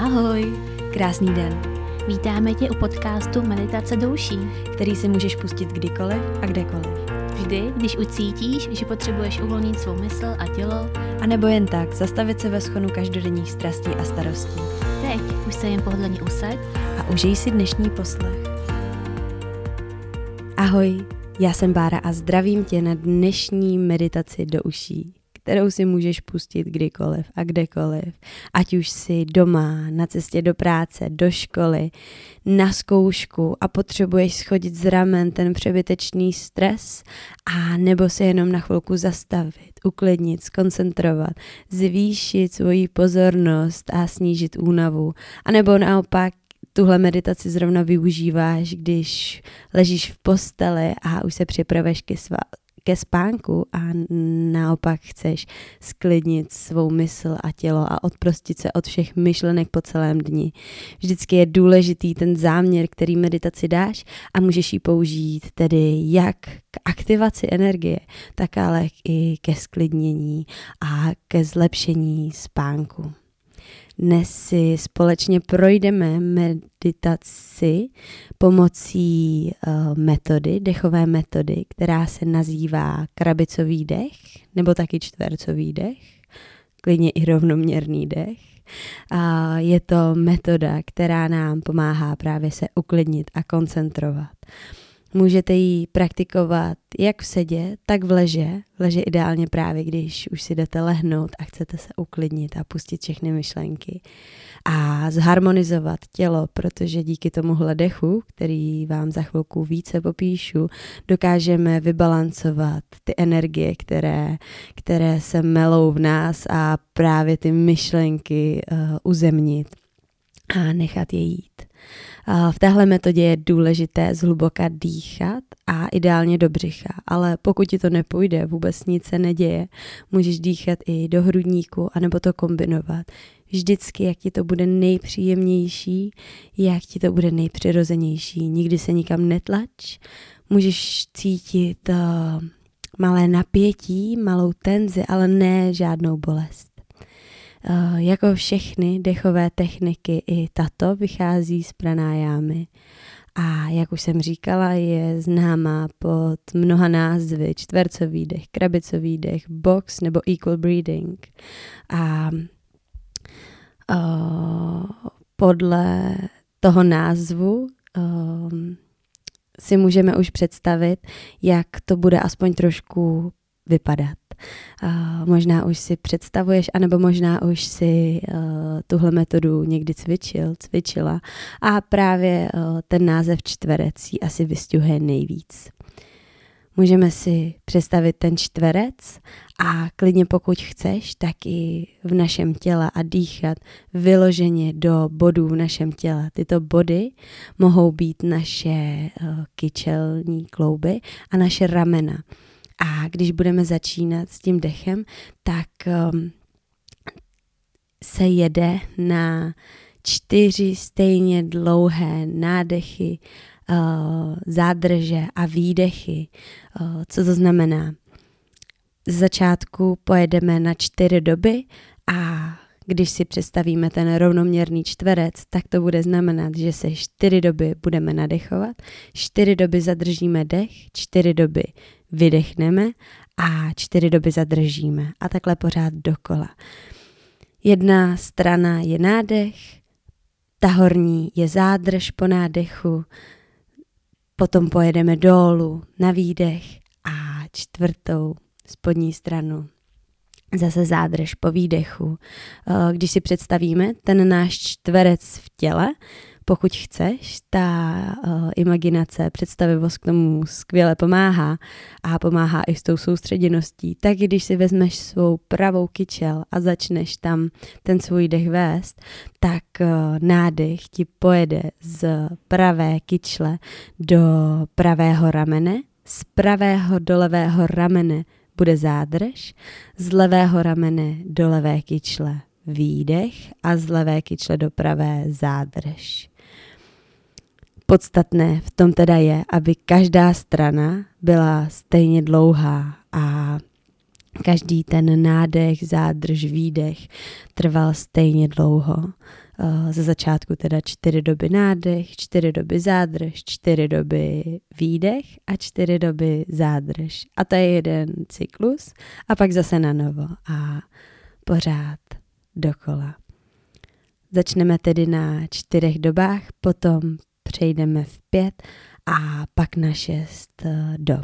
Ahoj! Krásný den. Vítáme tě u podcastu Meditace douší, který si můžeš pustit kdykoliv a kdekoliv. Vždy, když ucítíš, že potřebuješ uvolnit svou mysl a tělo, a nebo jen tak zastavit se ve schonu každodenních strastí a starostí. Teď už se jen pohodlně usaď a užij si dnešní poslech. Ahoj, já jsem Bára a zdravím tě na dnešní meditaci do uší, kterou si můžeš pustit kdykoliv a kdekoliv, ať už jsi doma, na cestě do práce, do školy, na zkoušku a potřebuješ schodit z ramen ten přebytečný stres a nebo se jenom na chvilku zastavit, uklidnit, skoncentrovat, zvýšit svoji pozornost a snížit únavu, a nebo naopak tuhle meditaci zrovna využíváš, když ležíš v posteli a už se připravuješ ke spánku a naopak chceš sklidnit svou mysl a tělo a odprostit se od všech myšlenek po celém dni. Vždycky je důležitý ten záměr, který meditaci dáš, a můžeš ji použít tedy jak k aktivaci energie, tak ale i ke sklidnění a ke zlepšení spánku. Dnes si společně projdeme meditaci pomocí dechové metody, která se nazývá krabicový dech, nebo taky čtvercový dech, klidně i rovnoměrný dech. A je to metoda, která nám pomáhá právě se uklidnit a koncentrovat. Můžete ji praktikovat jak v sedě, tak v leže. V leže ideálně právě, když už si jdete lehnout a chcete se uklidnit a pustit všechny myšlenky. A zharmonizovat tělo, protože díky tomuhle dechu, který vám za chvilku více popíšu, dokážeme vybalancovat ty energie, které se melou v nás, a právě ty myšlenky uzemnit a nechat je jít. V téhle metodě je důležité zhluboka dýchat a ideálně do břicha, ale pokud ti to nepůjde, vůbec nic se neděje, můžeš dýchat i do hrudníku anebo to kombinovat. Vždycky, jak ti to bude nejpříjemnější, jak ti to bude nejpřirozenější. Nikdy se nikam netlač, můžeš cítit malé napětí, malou tenzi, ale ne žádnou bolest. Jako všechny dechové techniky, i tato vychází z pranájámy. A jak už jsem říkala, je známá pod mnoha názvy: čtvercový dech, krabicový dech, box nebo equal breathing. A podle toho názvu si můžeme už představit, jak to bude aspoň trošku vypadat. Možná už si představuješ, anebo možná už si tuhle metodu někdy cvičila a právě ten název čtverec ji asi vystihuje nejvíc. Můžeme si představit ten čtverec a klidně pokud chceš, tak i v našem těle a dýchat vyloženě do bodů v našem těle. Tyto body mohou být naše kyčelní klouby a naše ramena. A když budeme začínat s tím dechem, tak se jede na 4 stejně dlouhé nádechy, zádrže a výdechy. Co to znamená? Z začátku pojedeme na 4 doby a když si představíme ten rovnoměrný čtverec, tak to bude znamenat, že se 4 doby budeme nadechovat, 4 doby zadržíme dech, 4 doby vydechneme a 4 doby zadržíme. A takhle pořád dokola. Jedna strana je nádech, ta horní je zádrž po nádechu, potom pojedeme dolů na výdech a 4. spodní stranu zase zádrž po výdechu. Když si představíme ten náš čtverec v těle, pokud chceš, ta imaginace, představivost k tomu skvěle pomáhá a pomáhá i s tou soustředěností. Tak když si vezmeš svou pravou kyčel a začneš tam ten svůj dech vést, tak nádech ti pojede z pravé kyčle do pravého ramene, z pravého do levého ramene bude zádrž, z levého ramene do levé kyčle výdech a z levé kyčle do pravé zádrž. Podstatné v tom teda je, aby každá strana byla stejně dlouhá a každý ten nádech, zádrž, výdech trval stejně dlouho. Ze začátku teda 4 doby nádech, 4 doby zádrž, 4 doby výdech a 4 doby zádrž. A to je jeden cyklus a pak zase na novo a pořád dokola. Začneme tedy na 4 dobách, potom přejdeme v 5 a pak na 6 dob.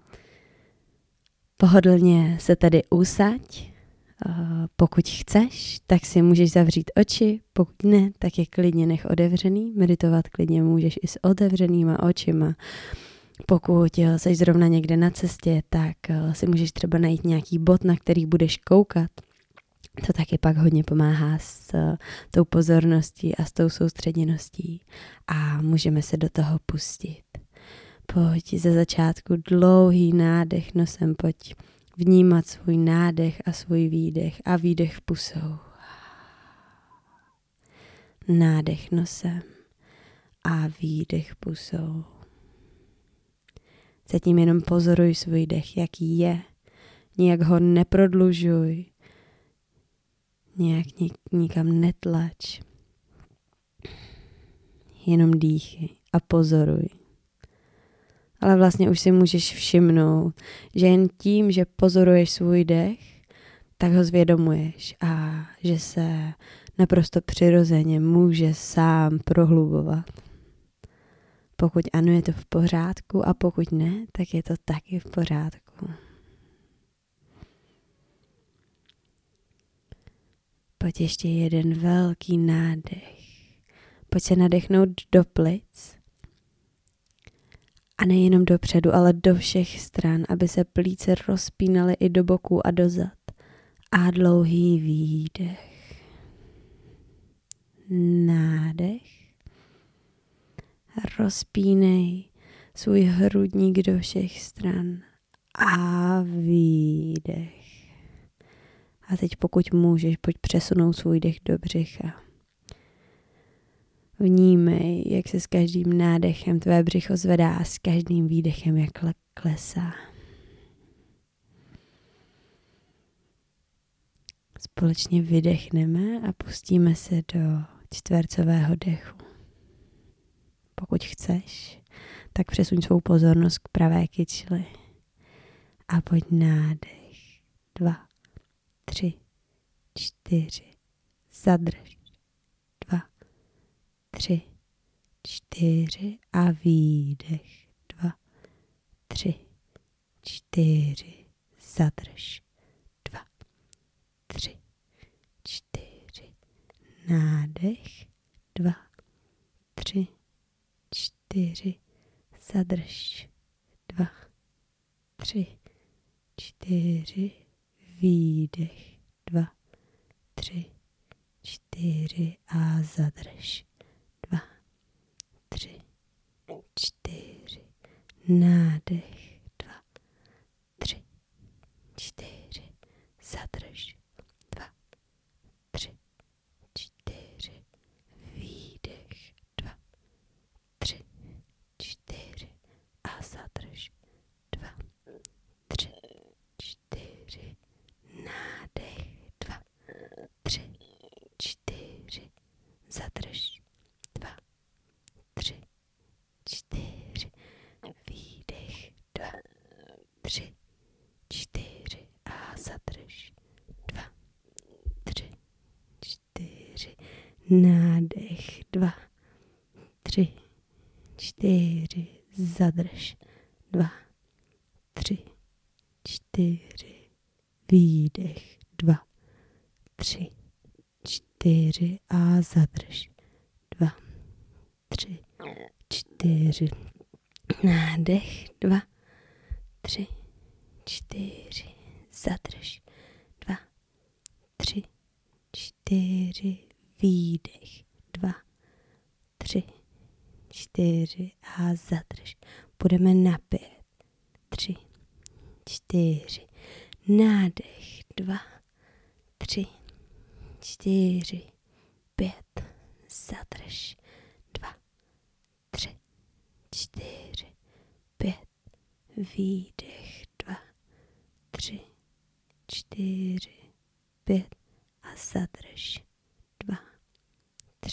Pohodlně se tedy usaď. Pokud chceš, tak si můžeš zavřít oči, pokud ne, tak je klidně nech otevřený. Meditovat klidně můžeš i s otevřenýma očima. Pokud jsi zrovna někde na cestě, tak si můžeš třeba najít nějaký bod, na který budeš koukat. To taky pak hodně pomáhá s tou pozorností a s tou soustředěností a můžeme se do toho pustit. Pojď ze začátku dlouhý nádech nosem, pojď vnímat svůj nádech a svůj výdech a výdech pusou. Nádech nosem a výdech pusou. Zatím jenom pozoruj svůj dech, jaký je. Nijak ho neprodlužuj. Nějak nikam netlač. Jenom dýchy a pozoruj. Ale vlastně už si můžeš všimnout, že jen tím, že pozoruješ svůj dech, tak ho zvědomuješ a že se naprosto přirozeně může sám prohlubovat. Pokud ano, je to v pořádku a pokud ne, tak je to taky v pořádku. Pojď ještě jeden velký nádech. Pojď se nadechnout do plic. A nejenom dopředu, ale do všech stran, aby se plíce rozpínaly i do boku a do zad. A dlouhý výdech. Nádech. Rozpínej svůj hrudník do všech stran. A výdech. A teď pokud můžeš, pojď přesunout svůj dech do břicha. Vnímej, jak se s každým nádechem tvé břicho zvedá a s každým výdechem jak klesá. Společně vydechneme a pustíme se do čtvercového dechu. Pokud chceš, tak přesuň svou pozornost k pravé kyčli. A pojď nádech. 2, 3, 4. Zadrž. 2, 3, 4 a výdech. 2, 3, 4. Zadrž. 2, 3, 4. Nádech. 2, 3, 4. Zadrž. 2, 3, 4. Výdech. 2, 3, 4 a zadrž. 2, 3, 4. Nádech. 2, 3, 4. Zadrž. 2, 3, 4. Výdech. 2, 3, 4 a zadrž. 2, 3, 4. Nádech. 2, 3, 4. Zadrž. 2, 3, 4. Výdech. 2, 3, 4 a zadrž. 2, 3, 4. Nádech. 2, 3, 4. Zadrž. 2, 3, 4. Výdech. 2, 3, 4 a zadrž. 2, 3, 4. Nádech. 2, 3, 4. Zadrž. 2, 3, 4. Výdech. 2, 3, 4 a zadrž. Budeme na 5. 3, 4. Nádech. 2, 3, 4, 5. Zadrž. 2, 3, 4, 5. Výdech. 2, 3, 4, 5 a zadrž. 2,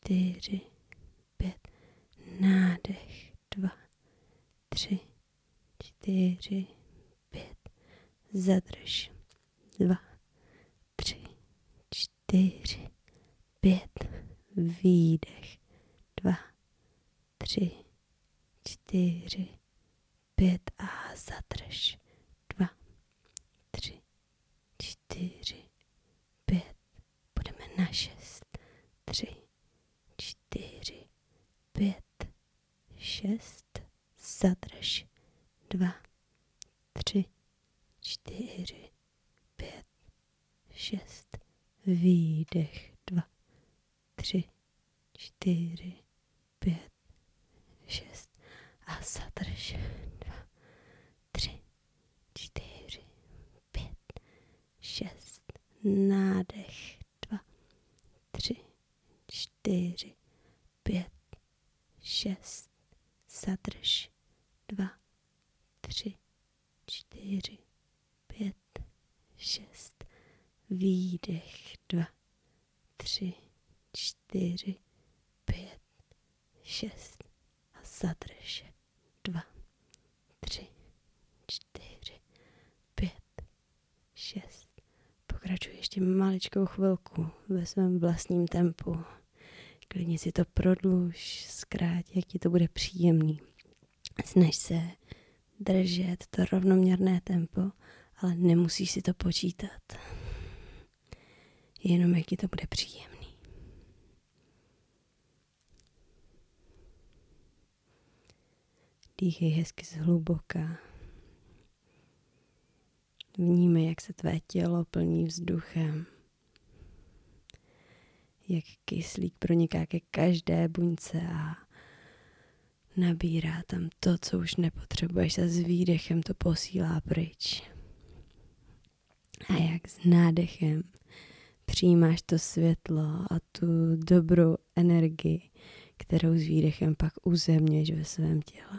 4, 5, nádech, 2, 3, 4, 5, zadrž, 2, 3, 4, 5, výdech, 2, 3, 4, 5 a zadrž, 2, 3, 4, 5, půjdeme na 6, 3, 4, 5, 6, zadrž, 2, 3, 4, 5, 6, výdech, 2, 3, 4, 5, 6 a zadrž, 2, 3, 4, 5, 6, nádech, 2, 3, 4, 5, 6, zadrž, 2, 3, 4, 5, 6, výdech, 2, 3, 4, 5, 6 a zadrž, 2, 3, 4, 5, 6. Pokračuj ještě maličkou chvilku ve svém vlastním tempu. Klidně si to prodluž, zkrát, jak ti to bude příjemný. Snaž se držet to rovnoměrné tempo, ale nemusíš si to počítat. Jenom jak ti to bude příjemný. Dýchej hezky zhluboka. Vnímej, jak se tvé tělo plní vzduchem. Jak kyslík proniká ke každé buňce a nabírá tam to, co už nepotřebuješ, a s výdechem to posílá pryč. A jak s nádechem přijímáš to světlo a tu dobrou energii, kterou s výdechem pak uzemněš ve svém těle.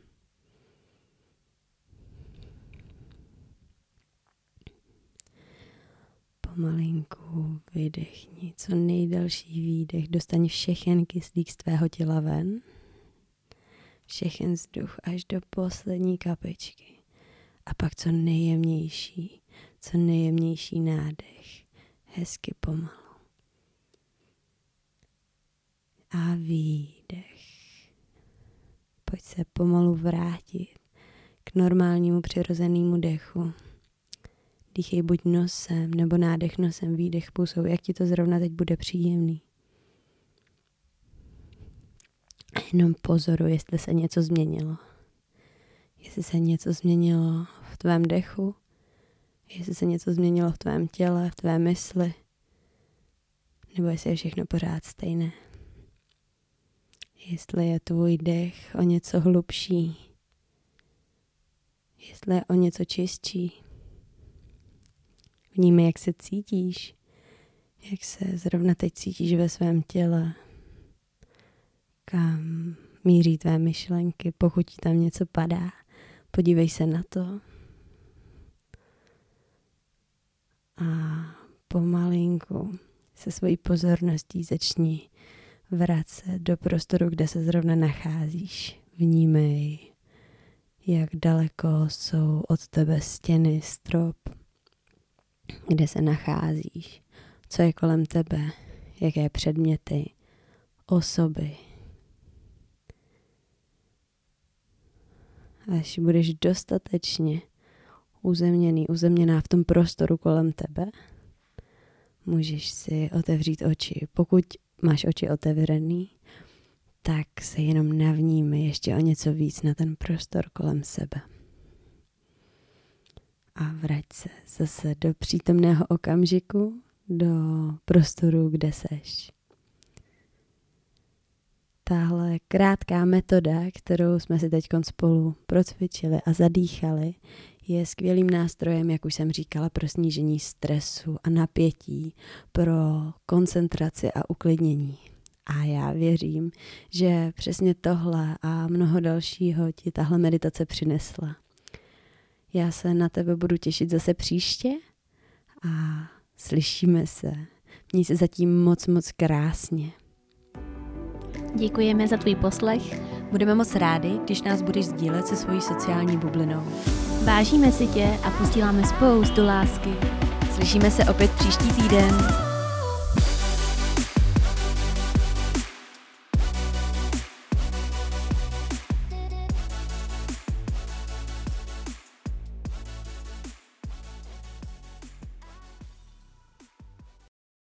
Pomalinku vydechni, co nejdelší výdech, dostaň všechen kyslík z tvého těla ven, všechen vzduch až do poslední kapičky a pak co nejjemnější nádech, hezky pomalu. A výdech. Pojď se pomalu vrátit k normálnímu přirozenému dechu. Dýchej buď nosem, nebo nádech nosem, výdech pusou, jak ti to zrovna teď bude příjemný. A jenom pozoruj, jestli se něco změnilo. Jestli se něco změnilo v tvém dechu, jestli se něco změnilo v tvém těle, v tvé mysli, nebo jestli je všechno pořád stejné. Jestli je tvůj dech o něco hlubší, jestli je o něco čistší. Vnímej, jak se cítíš, jak se zrovna teď cítíš ve svém těle, kam míří tvé myšlenky, pokud ti tam něco padá, podívej se na to a pomalinku se svojí pozorností začni vracet do prostoru, kde se zrovna nacházíš. Vnímej, jak daleko jsou od tebe stěny, strop, kde se nacházíš, co je kolem tebe, jaké předměty, osoby. Až budeš dostatečně uzemněná v tom prostoru kolem tebe, můžeš si otevřít oči. Pokud máš oči otevřený, tak se jenom navnímej ještě o něco víc na ten prostor kolem sebe. A vrať se zase do přítomného okamžiku, do prostoru, kde seš. Tahle krátká metoda, kterou jsme si teď spolu procvičili a zadýchali, je skvělým nástrojem, jak už jsem říkala, pro snížení stresu a napětí, pro koncentraci a uklidnění. A já věřím, že přesně tohle a mnoho dalšího ti tahle meditace přinesla. Já se na tebe budu těšit zase příště a slyšíme se. Měj se zatím moc krásně. Děkujeme za tvůj poslech. Budeme moc rádi, když nás budeš sdílet se svojí sociální bublinou. Vážíme si tě a posíláme spoustu lásky. Slyšíme se opět příští týden.